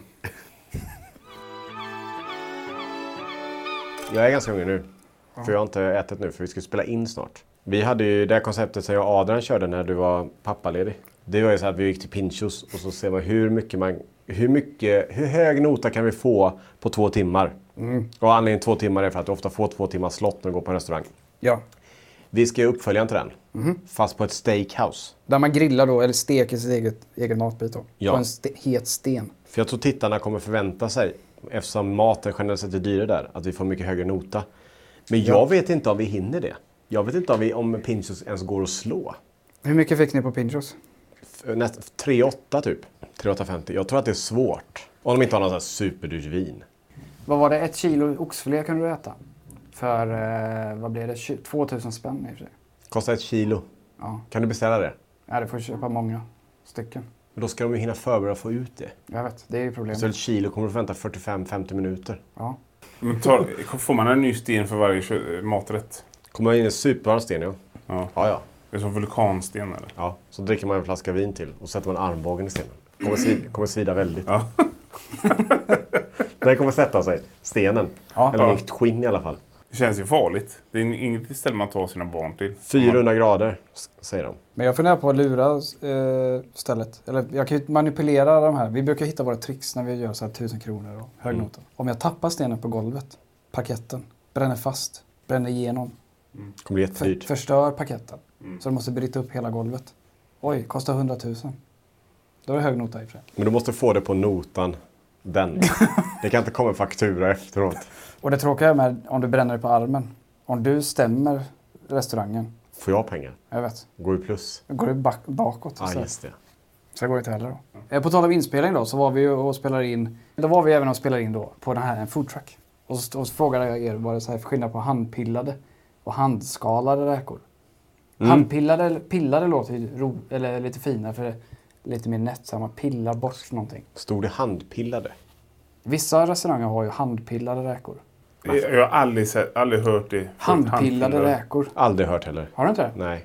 Jag är ganska hungrig nu. För jag har inte ätit nu, för vi ska spela in snart. Vi hade ju det här konceptet som jag och Adrian körde när du var pappaledig. Det var ju så att vi gick till Pinchos och så ser man hur hög nota kan vi få på 2 timmar. Och anledningen 2 timmar är för att du ofta får 2 timmars slott när du går på en restaurang. Ja. Vi ska ju uppfölja till den. Fast på ett steakhouse. Där man grillar då, eller steker sitt egen matbit då. Ja. På en het sten. För jag tror tittarna kommer förvänta sig, eftersom maten generellt sett är dyrare där, att vi får mycket högre nota. Men jag vet inte om vi hinner det. Jag vet inte om Pinchos ens går att slå. Hur mycket fick ni på Pinchos? 3,8 typ. 3,850. Jag tror att det är svårt. Om de inte har någon sån här superdyrt vin. Vad var det? 1 kilo oxfilé kunde du äta? För, vad blev det? 2000 spänn i och för sig. Kostar 1 kilo. Ja. Kan du beställa det? Ja, det får köpa många stycken. Men då ska de ju hinna förbereda få ut det. Jag vet, det är ju problemet. Så 1 kilo kommer du få vänta 45-50 minuter. Ja. Men får man en ny sten för varje maträtt? Kommer in en supervarm sten, ja. Ja. Ja. Det är som vulkansten eller? Ja. Så dricker man en flaska vin till och sätter man armbågen i stenen. Kommer svida väldigt. Ja. Den kommer sätta sig. Stenen. Ja. Eller likt skinn i alla fall. Det känns ju farligt. Det är inget ställe man tar sina barn till. 400 grader, säger de. Men jag funderar på att lura stället. Eller jag kan ju manipulera de här. Vi brukar hitta våra tricks när vi gör så här 1000 kronor och högnoten. Om jag tappar stenen på golvet, parketten, bränner fast, bränner igenom. Kommer bli jättedyrt. Förstör parketten. Så de måste bryta upp hela golvet. Oj, kostar 100 000. Då är det hög nota i och för sig. Men du måste få det på notan. Den. Det kan inte komma en faktura efteråt. Och det tråkiga är med om du bränner det på armen. Om du stämmer restaurangen. Får jag pengar? Jag vet. Går ju plus. Då går du bakåt. Ja, Så. just det. Så det går inte heller då. På tal om inspelning då, så var vi ju och spelade in. Då var vi även och spelade in då på den här en foodtruck. Och så frågade jag er vad det är för skillnad på handpillade och handskalade räkor. Handpillade eller pillade låter ju eller lite finare för det är lite mer nättsamma. Pilla bort någonting. Stod det handpillade? Vissa restauranger har ju handpillade räkor. Jag har aldrig hört det. Handpillade räkor. Aldrig hört heller. Har du inte det? Nej.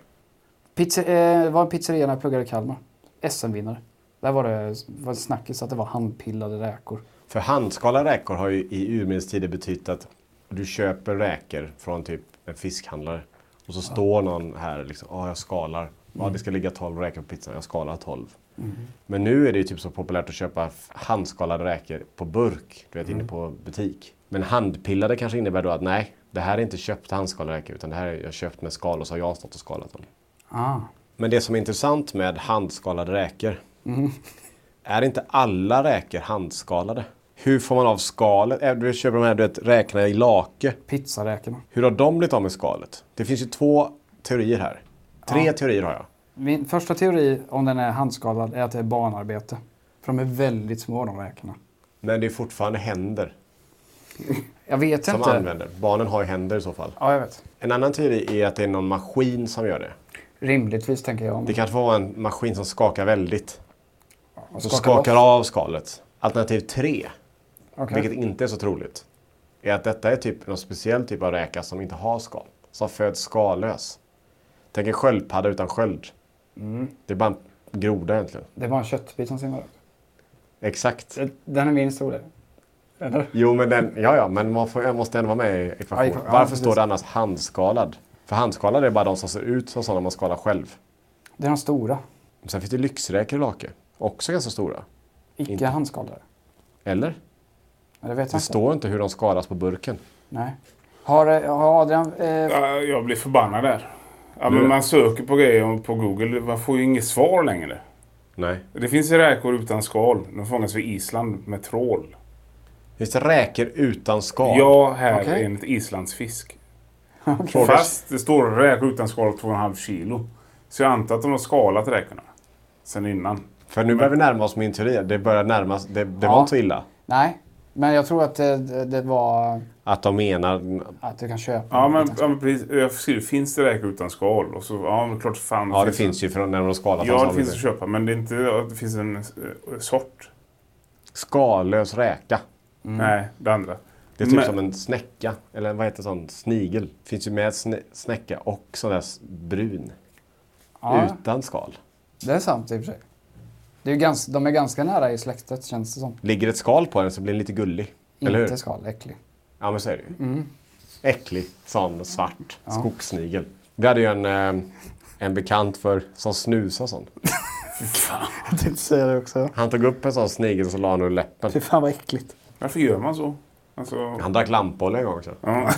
Det var en pizzeria när jag pluggade i Kalmar. SM-vinnare. Där var det snackis att det var handpillade räkor. För handskalade räkor har ju i urminnes tider betytt att du köper räkor från typ en fiskhandlare. Och så står någon här liksom, jag skalar. Ja, det ska ligga 12 räkor på pizzan, jag skalar 12. Men nu är det ju typ så populärt att köpa handskalade räkor på burk, du vet, inne på butik. Men handpillade kanske innebär då att nej, det här är inte köpt handskalade räkor, utan det här är jag köpt med skal och så har jag stått och skalat dem. Men det som är intressant med handskalade räkor, är inte alla räkor handskalade? Hur får man av skalet? Du köper de här, du vet, räkorna i lake. Pizzaräkorna. Hur har de blivit av med skalet? Det finns ju 2 teorier här. 3 teorier har jag. Min första teori om den är handskalad är att det är barnarbete. För de är väldigt små de räkorna. Men det är fortfarande händer Jag vet som inte. använder. Barnen har ju händer i så fall. Ja, jag vet. En annan teori är att det är någon maskin som gör det. Rimligtvis tänker jag. Det kanske var en maskin som skakar väldigt. Och Som skakar av skalet. Alternativ 3, Okej. vilket inte är så troligt, är att detta är typ någon speciell typ av räka som inte har skal. Som föds skallös. Tänk en sköldpadda utan sköld. Det är bara en groda egentligen. Det var en köttbit som simmar upp. Exakt. Den är min storlek. Eller? Jo, men men man måste ändå vara med i ekvationen. Ja, Varför precis. står det annars handskalad? För handskalad är bara de som ser ut som sådana man skalar själv. Det är de stora. Sen finns det lyxräkor i lake. Också ganska stora. Icke handskalade. Eller? Men det vet jag Det inte. står inte hur de skalas på burken. Nej. Har Adrian... Jag blir förbannad där. Ja, men man söker på grejer på Google. Man får ju inget svar längre. Nej. Det finns ju räkor utan skal. De fångas vid Island med trål. Finns det räkor utan skal? Ja, här Okej. enligt Islands fisk. Frågar- Fast det står räkor utan skal 2,5 kilo. Så jag antar att de har skalat räkorna. Sen innan. För nu börjar vi närma oss min teori. Det börjar närmas. Det Ja. var inte så illa. Nej. Men jag tror att det var Att de menar... att du kan köpa. Ja, men precis. Jag skriver, finns det räkor utan skal? Och så, ja, men klart fan. Ja, det finns ju från när de skalar. Ja, det finns att köpa. Men det är inte att det finns en sort. Skallös räka. Nej, det andra. Det är typ Men- som en snäcka. Eller vad heter sån? Snigel. Finns ju med snäcka och sån där brun. utan skal. Det är sant i och för sig. Det är ju de är ganska nära i släktet, känns det som. Ligger ett skal på den så blir den lite gullig. Eller hur? Inte skal, äcklig. Ja, men så är det ju. Äcklig, sån svart skogssnigel. Vi hade ju en bekant som snusade sån. Jag tänkte säga det också. Han tog upp en sån snigel och så la han ur läppen. Fy fan vad äckligt. Varför gör man så? Alltså... Han drack lampolja en gång också. Ja.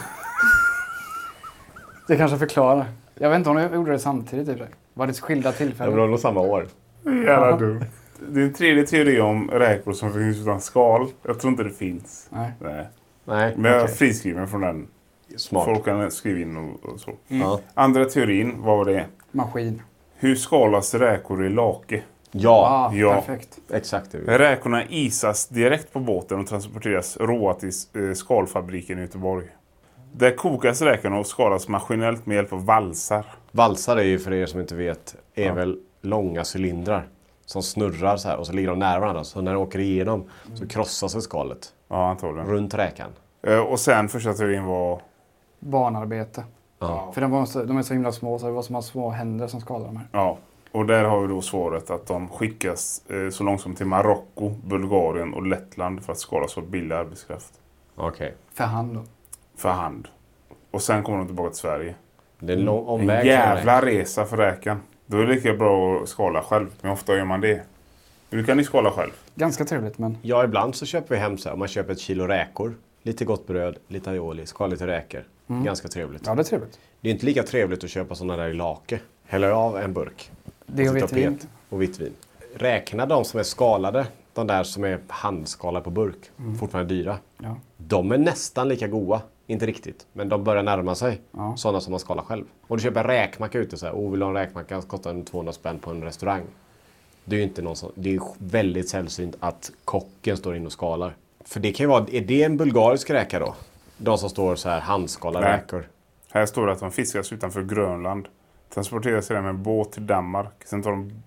Det kanske förklarar. Jag vet inte om de gjorde det samtidigt i och för sig. Var det skilda Det tillfällen? var nog samma år. Jävla dumt. Det är en tredje teori om räkor som finns utan skal. Jag tror inte det finns. Nej. Nej, Men jag är okej. friskriven från den. Smart. Folk kan skriva in och så. Ja. Andra teorin, vad var det? Maskin. Hur skalas räkor i lake? Ja, Ja. Perfekt. exakt. Det. Räkorna isas direkt på båten och transporteras råa till skalfabriken i Göteborg. Där kokas räkorna och skalas maskinellt med hjälp av valsar. Valsar är ju, för er som inte vet, är väl långa cylindrar som snurrar så här och så ligger de nära varandra. Så när de åker igenom så krossas sig skalet Ja, antagligen. runt räkan. Och sen första teorin var... Barnarbete. Ja. För de är så himla små så det var som att ha små händer som skadade de här. Ja, och där har vi då svaret att de skickas så långt som till Marocko, Bulgarien och Lettland för att skalas för billig arbetskraft. Okej. För hand då. För hand. Och sen kommer de tillbaka till Sverige. Det är en lång En omväg. jävla resa för räkan. Då är det lika bra att skala själv. Men ofta gör man det. Nu kan ni skala själv. Ganska trevligt men... Ja, ibland så köper vi hem så här. Man köper ett kilo räkor, lite gott bröd, lite aioli, skala lite räkor. Ganska trevligt. Ja, det är trevligt. Det är inte lika trevligt att köpa sådana där i lake. Häller av en burk. Det och så vitt vin. tapet och vitt vin. Räkna de som är skalade, de där som är handskalade på burk, fortfarande dyra. Ja. De är nästan lika goda. Inte riktigt, men de börjar närma sig. Ja. Sådana som man skalar själv. Och du köper en räkmacka ute så här. Vill du ha en räkmacka som kostar 200 spänn på en restaurang. Det är ju inte någon sån, det är väldigt sällsynt att kocken står in och skalar. För det kan ju vara, är det en bulgarisk räka då? De som står så här handskalade Nej. räkor. Här står det att de fiskas utanför Grönland. Transporteras sedan med båt till Danmark. Sen tar de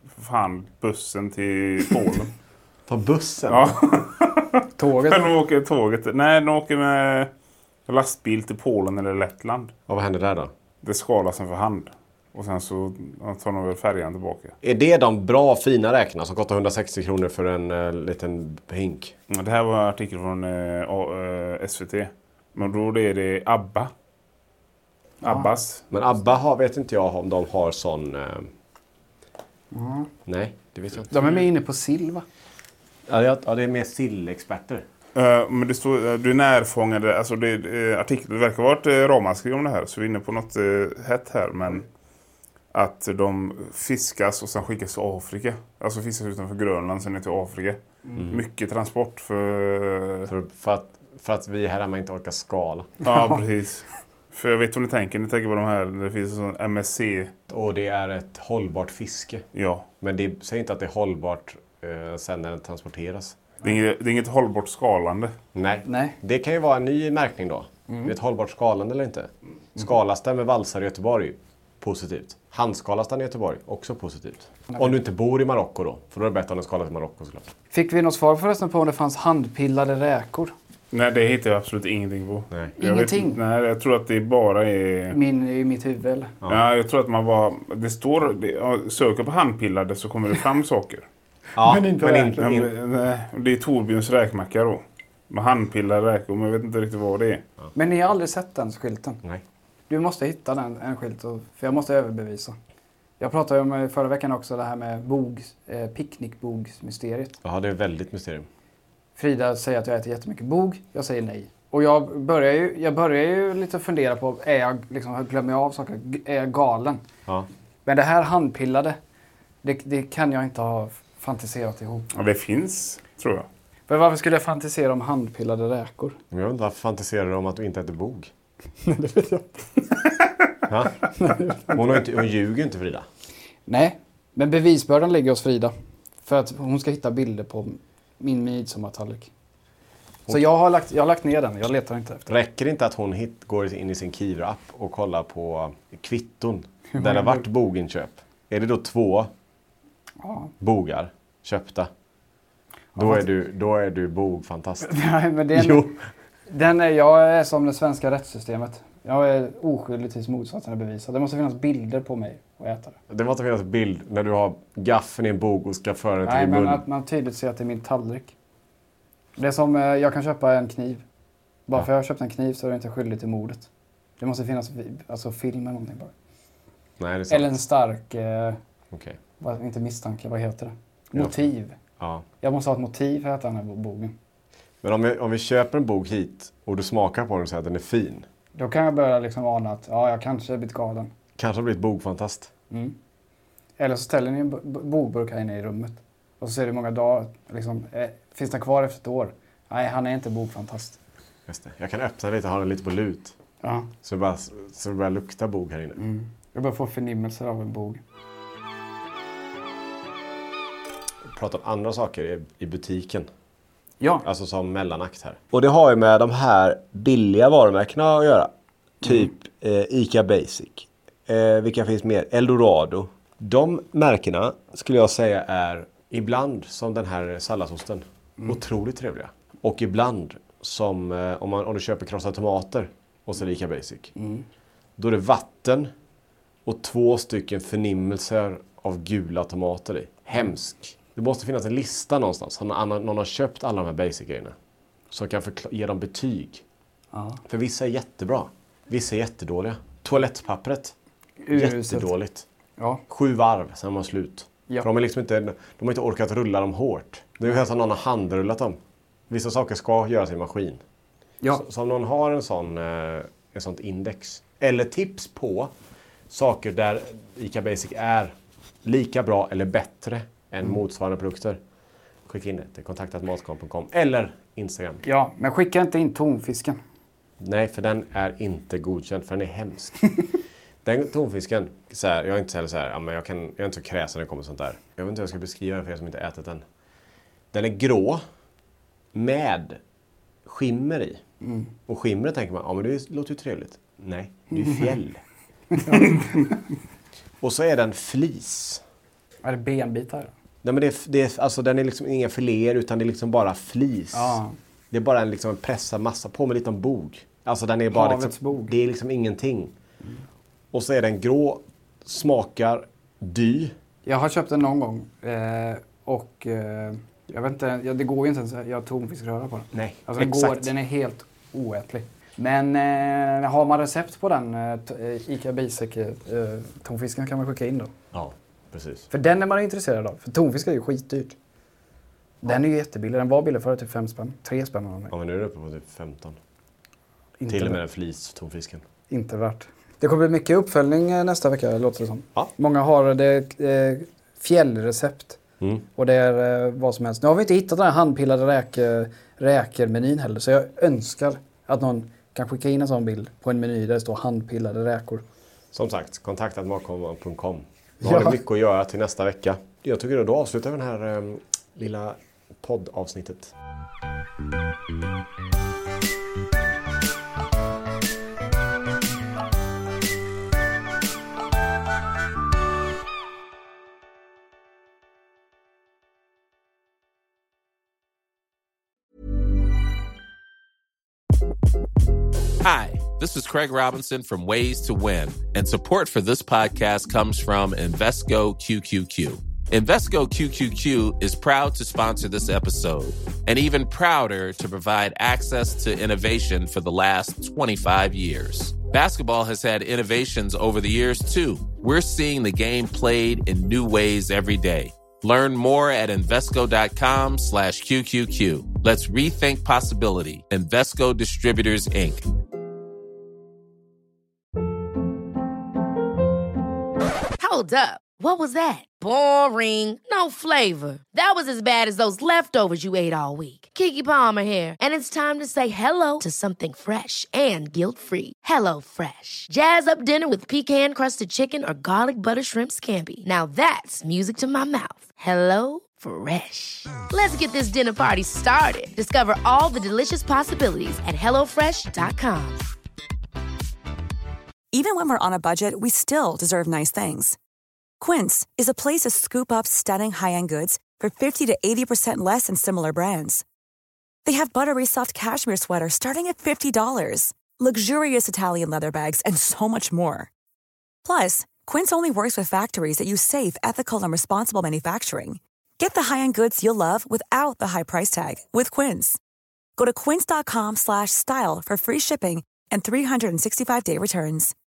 bussen till Polen. Ta bussen? Ja, Tåget. men de åker tåget. Nej, de åker med lastbil till Polen eller Lettland. Och vad händer där då? Det skalas sen för hand. Och sen så tar de väl färjan tillbaka. Är det de bra fina räkorna som kostar 160 kronor för en liten hink? Det här var en artikel från SVT. Men då är det Abba. Abbas. Men Abba vet inte jag om de har sån... Nej, det vet jag inte. De är med inne på sill va? Ja, det är mer sillexperter. Men det står du är närfångade, alltså artikeln, det verkar vara ett ramaskri om det här, så vi är inne på något hett här, men att de fiskas och sen skickas till Afrika. Alltså fiskas utanför Grönland, sen ner till Afrika. Mycket transport För att vi här hemma inte orkar skala. Ja, precis. För jag vet vad ni tänker på de här, det finns en sån MSC. Och det är ett hållbart fiske. Ja. Men det säger inte att det är hållbart sen när den transporteras. Det är inget hållbart skalande. Nej. Det kan ju vara en ny märkning då. Det är ett hållbart skalande eller inte. Skalas den med valsar i Göteborg? Positivt. Handskalas den i Göteborg? Också positivt. Om du inte bor i Marocko då. För då är det bättre om den skalas i Marocko såklart. Fick vi något svar förresten på om det fanns handpillade räkor? Nej, det hittar jag absolut ingenting på. Nej. Ingenting? Nej, jag tror att det bara är... I mitt huvud eller? Ja, jag tror att man bara... Det står... Söker på handpillade så kommer det fram saker. Ja, Men inte Nej, det är Torbjörns räkmacka då. Med handpillade räkor, men jag vet inte riktigt vad det är. Men ni har aldrig sett den skylten? Nej. Du måste hitta en skylt, för jag måste överbevisa. Jag pratade om förra veckan också det här med picknickbogsmysteriet. Ja, det är väldigt mysterium. Frida säger att jag äter jättemycket bog, jag säger nej. Och jag börjar ju lite fundera på, glömmer jag av saker? Är jag galen? Ja. Men det här handpillade, det kan jag inte ha fantiserat ihop. Ja, det finns, tror jag. För varför skulle jag fantisera om handpillade räkor? Men jag undrar varför fantiserar du om att du inte äter bog? Det vet jag inte. Ja? Hon ljuger inte, Frida. Nej, men bevisbördan ligger hos Frida. För att hon ska hitta bilder på min midsommartallrik. Så jag har lagt ner den, jag letar inte efter. Räcker det inte att hon går in i sin Kivra-app och kollar på kvitton där det har varit boginköp? Är det då 2 bogar köpta? Då är du bogfantast. Nej, men Jo. jag är som det svenska rättssystemet. Jag är oskyldig tills motsatsen är bevisad. Det måste finnas bilder på mig och äta det. Det måste finnas bild när du har gaffeln i en bok och ska föra den till Nej, din men mun. att man tydligt ser att det är min tallrik. Det är som jag kan köpa en kniv. Bara för att jag har köpt en kniv så är jag inte skyldig till mordet. Det måste finnas film eller någonting bara. Nej, det är sant. Eller en stark, Okej. inte misstanke, vad heter det? Motiv. Ja. Jag måste ha ett motiv för att äta den här boken. Men om vi köper en bok hit och du smakar på den och säger att den är fin. Då kan jag börja liksom ana att jag kanske har blivit galen. Kanske har blivit bokfantast. Mm. Eller så ställer ni en bokburk här inne i rummet. Och så ser du hur många dagar, liksom, finns den kvar efter ett år? Nej, han är inte bokfantast. Just det. Jag kan öppna lite och ha den lite på lut. Ja. Så det börjar lukta bok här inne. Mm. Jag börjar få förnimmelser av en bok. Prata om andra saker i butiken. Ja. Alltså som mellanakt här. Och det har ju med de här billiga varumärkena att göra. Typ ICA Basic. Vilka finns mer? Eldorado. De märkena skulle jag säga är ibland som den här salladsosten. Otroligt trevliga. Och ibland som om du köper krossade tomater och så är det ICA Basic. Då är det vatten och 2 stycken förnimmelser av gula tomater i. Hemsk. Det måste finnas en lista någonstans. Någon har köpt alla de här basic-grejerna. Så kan ge dem betyg. Ja. För vissa är jättebra. Vissa är jättedåliga. Toalettpappret. Jättedåligt. Ja. 7 varv, sen är man slut. Ja. För de har inte orkat rulla dem hårt. Det är ju som någon har handrullat dem. Vissa saker ska göras i maskin. Ja. Så om någon har en sånt index. Eller tips på saker där ICA Basic är lika bra eller bättre än motsvarande produkter. Skicka in det till kontakt@matkom.com eller Instagram. Ja, men skicka inte in tonfisken. Nej, för den är inte godkänd, för den är hemsk. Den tonfisken, så här, jag är inte så här, ja, men jag är inte så kräsen när det kommer sånt där. Jag vet inte hur jag ska beskriva det för er som inte ätit den. Den är grå med skimmer i. Och skimmer tänker man, ja men det låter ju trevligt. Nej, det är ju fjäll. Och så är den flis. Är det benbitar? Nej, men alltså, den är liksom inga filéer utan det är liksom bara flis. Ja. Det är bara en pressad massa på med en liten bog. Alltså den är bara Havets bog. Det är liksom ingenting. Och så är den grå, smakar dy. Jag har köpt den någon gång. Jag vet inte, det går ju inte ens att göra tonfiskröra på den. Nej, alltså exakt. Den är helt oätlig. Men har man recept på den ICA Basic tonfisken kan man skicka in då. Ja, precis. För den är man intresserad av. För tonfisk är ju skitdyrt. Den är ju jättebillig. Den var billig förut, typ 5 spänn. 3 spänn eller någonting. Ja, men nu är det uppe på typ 15. Inte Till och med värt. den flis, tonfisken. Inte värt. Det kommer bli mycket uppföljning nästa vecka, låter det som. Ja. Många har det fjällrecept. Och det är vad som helst. Nu har vi inte hittat den här handpillade räkermenyn heller. Så jag önskar att någon kan skicka in en sån bild på en meny där det står handpillade räkor. Som sagt, kontakt@matkom.com. Nu har det mycket att göra till nästa vecka. Jag tycker då avslutar vi den här lilla poddavsnittet. Hi, this is Craig Robinson from Ways to Win, and support for this podcast comes from Invesco QQQ. Invesco QQQ is proud to sponsor this episode, and even prouder to provide access to innovation for the last 25 years. Basketball has had innovations over the years, too. We're seeing the game played in new ways every day. Learn more at Invesco.com/QQQ. Let's rethink possibility. Invesco Distributors, Inc. Hold up. What was that? Boring. No flavor. That was as bad as those leftovers you ate all week. Keke Palmer here, and it's time to say hello to something fresh and guilt-free. Hello Fresh. Jazz up dinner with pecan-crusted chicken or garlic butter shrimp scampi. Now that's music to my mouth. Hello Fresh. Let's get this dinner party started. Discover all the delicious possibilities at hellofresh.com. Even when we're on a budget, we still deserve nice things. Quince is a place to scoop up stunning high-end goods for 50 to 80% less than similar brands. They have buttery soft cashmere sweaters starting at $50, luxurious Italian leather bags, and so much more. Plus, Quince only works with factories that use safe, ethical, and responsible manufacturing. Get the high-end goods you'll love without the high price tag with Quince. Go to quince.com/style for free shipping and 365-day returns.